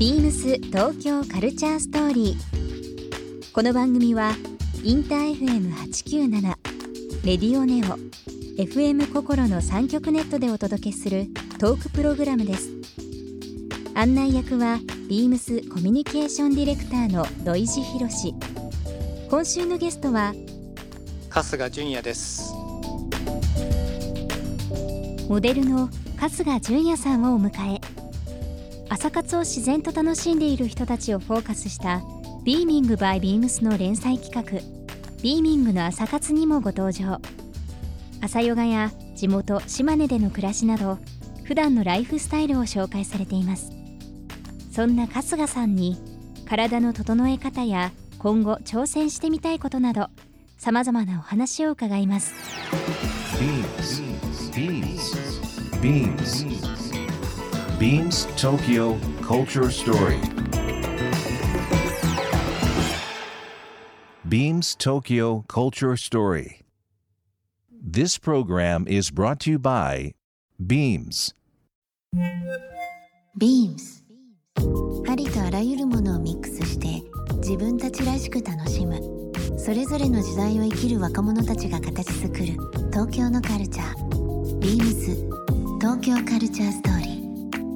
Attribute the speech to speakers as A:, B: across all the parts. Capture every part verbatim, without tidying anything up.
A: ビームス東京カルチャーストーリー。この番組はインター エフエムはちきゅうなな、レディオネオ、エフエム 心のさん局ネットでお届けするトークプログラムです。案内役はビームスコミュニケーションディレクターの土井博志。今週のゲストは
B: 春日純也です。
A: モデルの春日純也さんをお迎え、朝活を自然と楽しんでいる人たちをフォーカスしたビーミング by ビームスの連載企画、ビーミングの朝活にもご登場。朝ヨガや地元島根での暮らしなど、普段のライフスタイルを紹介されています。そんな春日さんに体の整え方や今後挑戦してみたいことなど、さまざまなお話を伺います。
C: ビームス ビームス ビームス ビームス Tokyo Culture Story。 ビームス Tokyo Culture Story. This program is brought to you by Beams。
D: Beams、 ありとあらゆるものをミックスして自分たちらしく楽しむ、それぞれの時代を生きる若者たちが形作る東京のカルチャー。 Beams 東京カルチャーストーリー。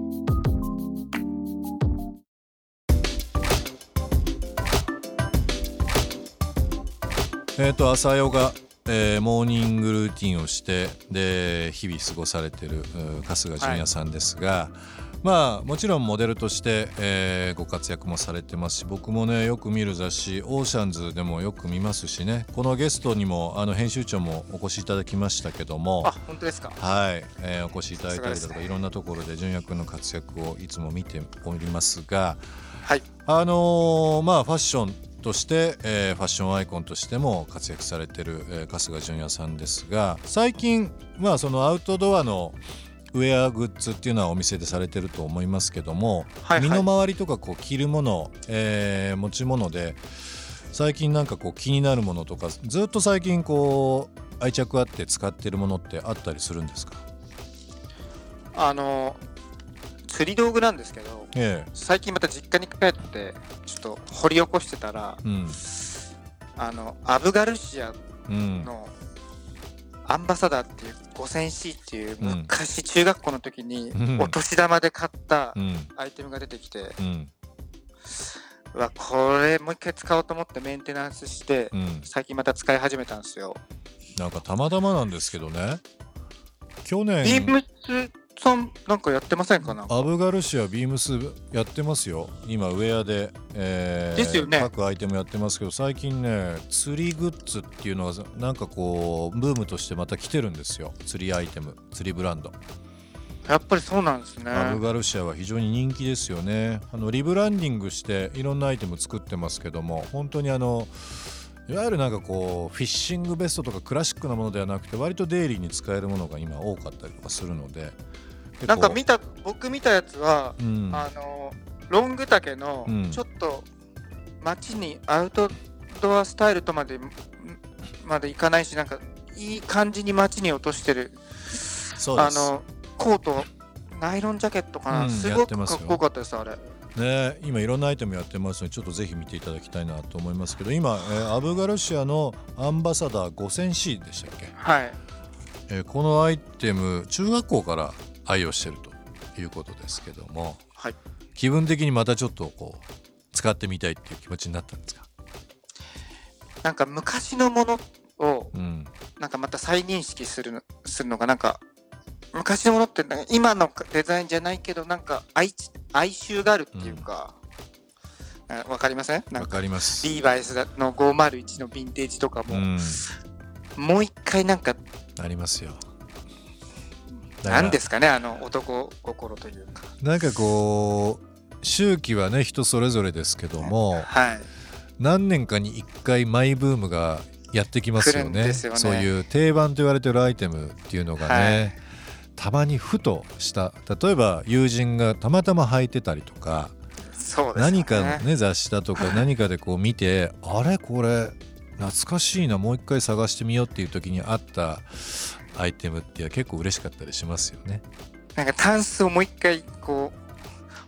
E: えーと朝ヨガ、えー、モーニングルーティンをしてで日々過ごされている春日純也さんですが、はい、まあもちろんモデルとして、えー、ご活躍もされてますし、僕もねよく見る雑誌オーシャンズでもよく見ますしね、このゲストにもあの編集長もお越しいただきましたけども。
B: あ、本当ですか。
E: はい、えー、お越しいただいたりだとか、いろんなところで純也くんの活躍をいつも見ておりますが、
B: はい、
E: あのー、まあファッションとして、えー、ファッションアイコンとしても活躍されている、えー、春日純也さんですが、最近、まあ、そのアウトドアのウェアグッズっていうのはお店でされてると思いますけども、はいはい、身の回りとかこう着るもの、えー、持ち物で最近なんかこう気になるものとか、ずっと最近こう愛着あって使ってるものってあったりするんですか？
B: あの釣り道具なんですけど、ええ、最近また実家に帰ってちょっと掘り起こしてたら、うん、あのアブガルシアのアンバサダーっていう ごせんシー っていう昔中学校の時にお年玉で買ったアイテムが出てきて、うんうん、うわこれもう一回使おうと思ってメンテナンスして、うん、最近また使い始めたんですよ。
E: なんかたまたまなんですけどね、去年
B: ビームスさんなんかやってませんか？な
E: アブガルシアビームスやってますよ今ウェアで、えー、
B: ですよね。
E: 各アイテムやってますけど、最近ね釣りグッズっていうのがなんかこうブームとしてまた来てるんですよ。釣りアイテム、釣りブランド。
B: やっぱりそうなんですね。
E: アブガルシアは非常に人気ですよね。あのリブランディングしていろんなアイテム作ってますけども、本当にあのいわゆるなんかこうフィッシングベストとかクラシックなものではなくて、割とデイリーに使えるものが今多かったりとかするので、
B: なんか見た僕見たやつは、うん、あのロング丈のちょっと街にアウトドアスタイルとまでまでいかないし、なんかいい感じに街に落としてる、
E: そうです、
B: あのコートナイロンジャケットかな、うん、すごくかっこよかったですあれ。
E: ね、今いろんなアイテムやってますので、ちょっとぜひ見ていただきたいなと思いますけど、今、えー、アブガルシアのアンバサダー ごせんシー でしたっけ？
B: はい、
E: えー、このアイテム中学校から愛用してるということですけども、
B: はい、
E: 気分的にまたちょっとこう使ってみたいっていう気持ちになったんですか？
B: なんか昔のものを、うん、なんかまた再認識する、するのがなんか昔のものって今のデザインじゃないけどなんか 哀, 哀愁があるっていうか、うん、わかりません？
E: わかります。
B: リーバイスのごーまるいちのヴィンテージとかも、うん、もう一回なんか
E: ありますよ。
B: なんですかね、あの男心というか、
E: なんかこう周期はね人それぞれですけども、
B: はい、
E: 何年かにいっかいマイブームがやってきますよ ね,
B: ですよね。
E: そういう定番と言われてるアイテムっていうのがね、はい、たまにふとした例えば友人がたまたま履いてたりとか、
B: そうですね、
E: 何かね雑誌だとか何かでこう見てあれこれ懐かしいな、もう一回探してみようっていう時にあったアイテムって結構嬉しかったりしますよね。
B: なんかタンスをもう一回こう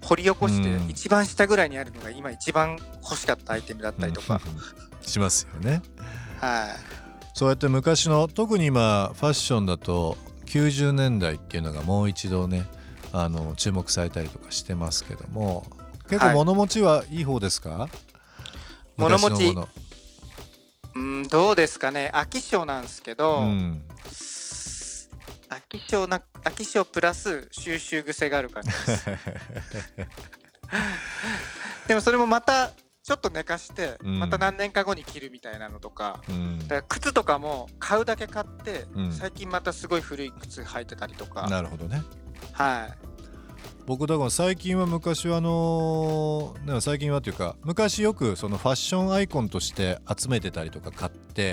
B: 掘り起こして、うん、一番下ぐらいにあるのが今一番欲しかったアイテムだったりとか、
E: うん、しますよね。
B: はい。
E: そうやって昔の特に今ファッションだときゅうじゅうねんだいっていうのがもう一度ねあの注目されたりとかしてますけども、結構物持ちはいい方ですか？はい、
B: 物持ちもうんどうですかね。飽き性なんですけど、うん、飽き性な飽き性プラス収集癖がある感じですでもそれもまたちょっと寝かして、うん、また何年か後に着るみたいなのとか、うん、だから靴とかも買うだけ買って、うん、最近またすごい古い靴履いてたりとか。
E: なるほどね。
B: はい。
E: 僕だから最近は昔はあのー、最近はというか昔よくそのファッションアイコンとして集めてたりとか買って、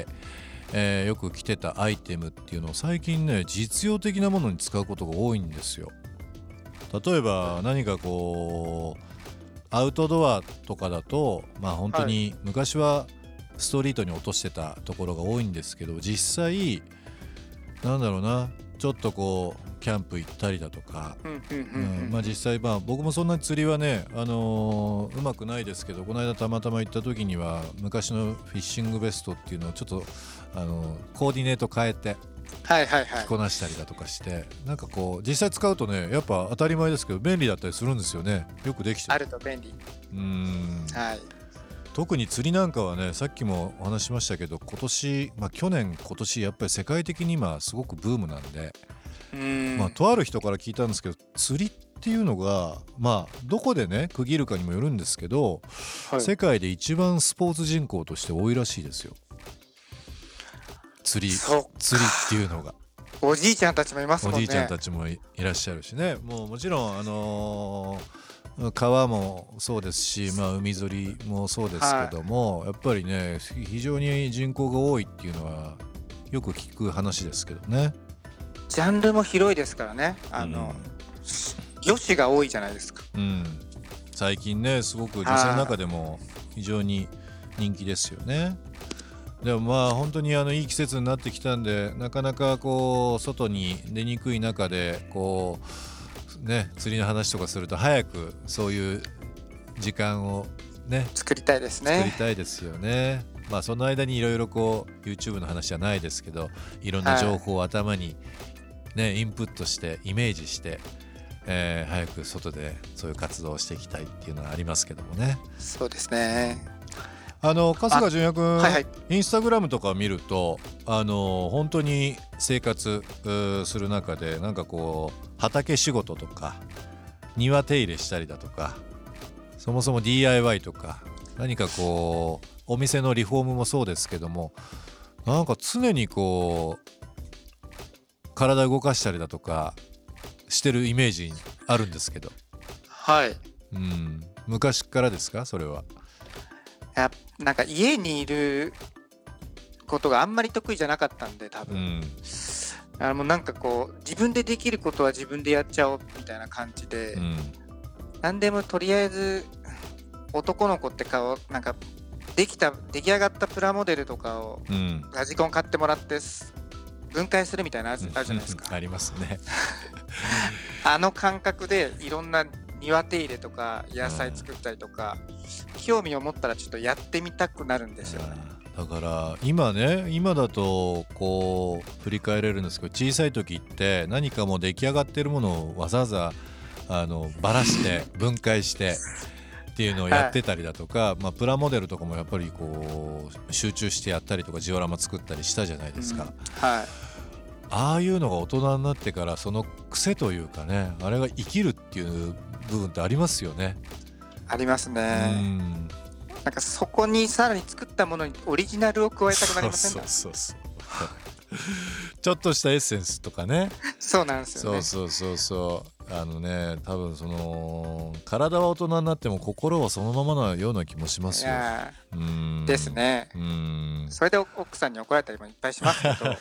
E: えー、よく着てたアイテムっていうのを最近ね実用的なものに使うことが多いんですよ。例えば何かこうアウトドアとかだとまあ本当に昔はストリートに落としてたところが多いんですけど、実際なんだろうなちょっとこうキャンプ行ったりだとか、まあ実際まあ僕もそんなに釣りはね、あのー、うまくないですけど、この間たまたま行った時には昔のフィッシングベストっていうのをちょっと、あのー、コーディネート変えて着こなしたりだとかして、なんかこう実際使うとねやっぱ当たり前ですけど便利だったりするんですよね。よくできてる。
B: あると便利。
E: うーん、
B: はい。
E: 特に釣りなんかはね、さっきもお話しましたけど今年、まあ、去年今年やっぱり世界的に今すごくブームなんで、うーん、まあ、とある人から聞いたんですけど、釣りっていうのがまあどこでね区切るかにもよるんですけど、はい、世界で一番スポーツ人口として多いらしいですよ。釣り釣りっていうのが
B: おじいちゃんたちもいますもんね。
E: おじいちゃんたちも い, いらっしゃるしね。もうもちろんあのー、川もそうですし、まあ、海釣りもそうですけども、はい、やっぱりね非常に人口が多いっていうのはよく聞く話ですけどね。
B: ジャンルも広いですからね。あの、うん、女子が多いじゃないですか、
E: うん、最近ねすごく女性の中でも非常に人気ですよね。でもまあ本当にあのいい季節になってきたんで、なかなかこう外に出にくい中でこうね釣りの話とかすると早くそういう時間をね
B: 作りたいですね。
E: 作りたいですよね。まあその間にいろいろこう YouTube の話じゃないですけど、いろんな情報を頭にね、はい、インプットしてイメージして、えー、早く外でそういう活動をしていきたいっていうのはありますけどもね。
B: そうですね。
E: あの春日純也君、はいはい、インスタグラムとか見るとあの本当に生活する中でなんかこう畑仕事とか庭手入れしたりだとか、そもそも ディーアイワイ とか何かこうお店のリフォームもそうですけども、なんか常にこう体動かしたりだとかしてるイメージあるんですけど。
B: はい、
E: うん、昔からですかそれは。
B: やなんか家にいることがあんまり得意じゃなかったんで多分、うん、あのもうなんかこう自分でできることは自分でやっちゃおうみたいな感じで、うん、何でもとりあえず男の子って顔なんかできた出来上がったプラモデルとかを、うん、ラジコン買ってもらって分解するみたいなのあるじゃないですか
E: ありますね
B: あの感覚でいろんな庭手入れとか野菜作ったりとか、うん、興味を持ったらちょっとやってみたくなるんですよね。
E: だから今ね今だとこう振り返れるんですけど、小さい時って何かもう出来上がってるものをわざわざあのばらして分解してっていうのをやってたりだとか、はい、まあ、プラモデルとかもやっぱりこう集中してやったりとかジオラマ作ったりしたじゃないですか、うん、
B: はい。
E: ああいうのが大人になってからその癖というかね、あれが生きるっていう部分ってありますよね。
B: ありますね。うん、なんかそこにさらに作ったものにオリジナルを加えたくなりませんか？
E: そうそうそうちょっとしたエッセンスとかね。
B: そうなんですよね。
E: そうそうそうそう、あのね多分その体は大人になっても心はそのままなような気もしますよ。いや
B: うーんですね。うーんそれで奥さんに怒られたりもいっぱいしますけど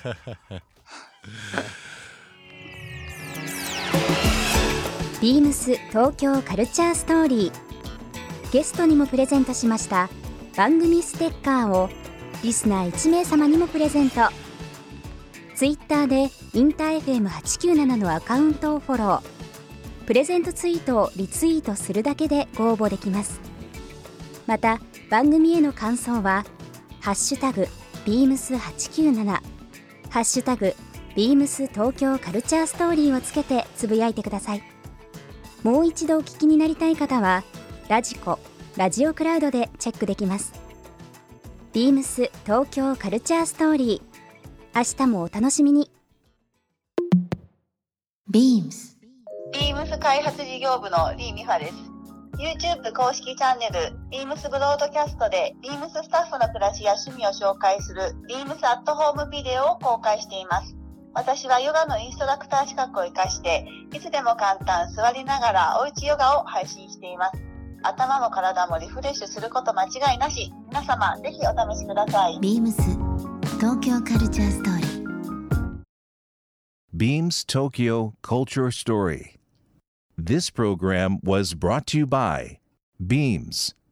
A: ビームス東京カルチャーストーリー、ゲストにもプレゼントしました番組ステッカーをリスナーいち名様にもプレゼント。ツイッターでインター エフエムはちきゅうなな のアカウントをフォロー、 プレゼントツイートをリツイートするだけでご応募できます。また番組への感想はハッシュタグビームスはちきゅうなな、ハッシュタグビームス東京カルチャーストーリーをつけてつぶやいてください。もう一度お聞きになりたい方はラジコ、ラジオクラウドでチェックできます。ビームス東京カルチャーストーリー、明日もお楽しみに。
D: ビームス
F: ビームス開発事業部のリー・ミファです。 YouTube 公式チャンネル ビームス ブロードキャストで ビームス スタッフの暮らしや趣味を紹介する ビームス アットホームビデオを公開しています。私はヨガのインストラクター資格を生かしていつでも簡単座りながらおうちヨガを配信しています。頭も体もリフレッシュすること間違いなし。皆様ぜひお試しください。
D: ビームス東京カルチャーストーリー
C: Beams Tokyo Culture Story. This program was brought to you by Beams.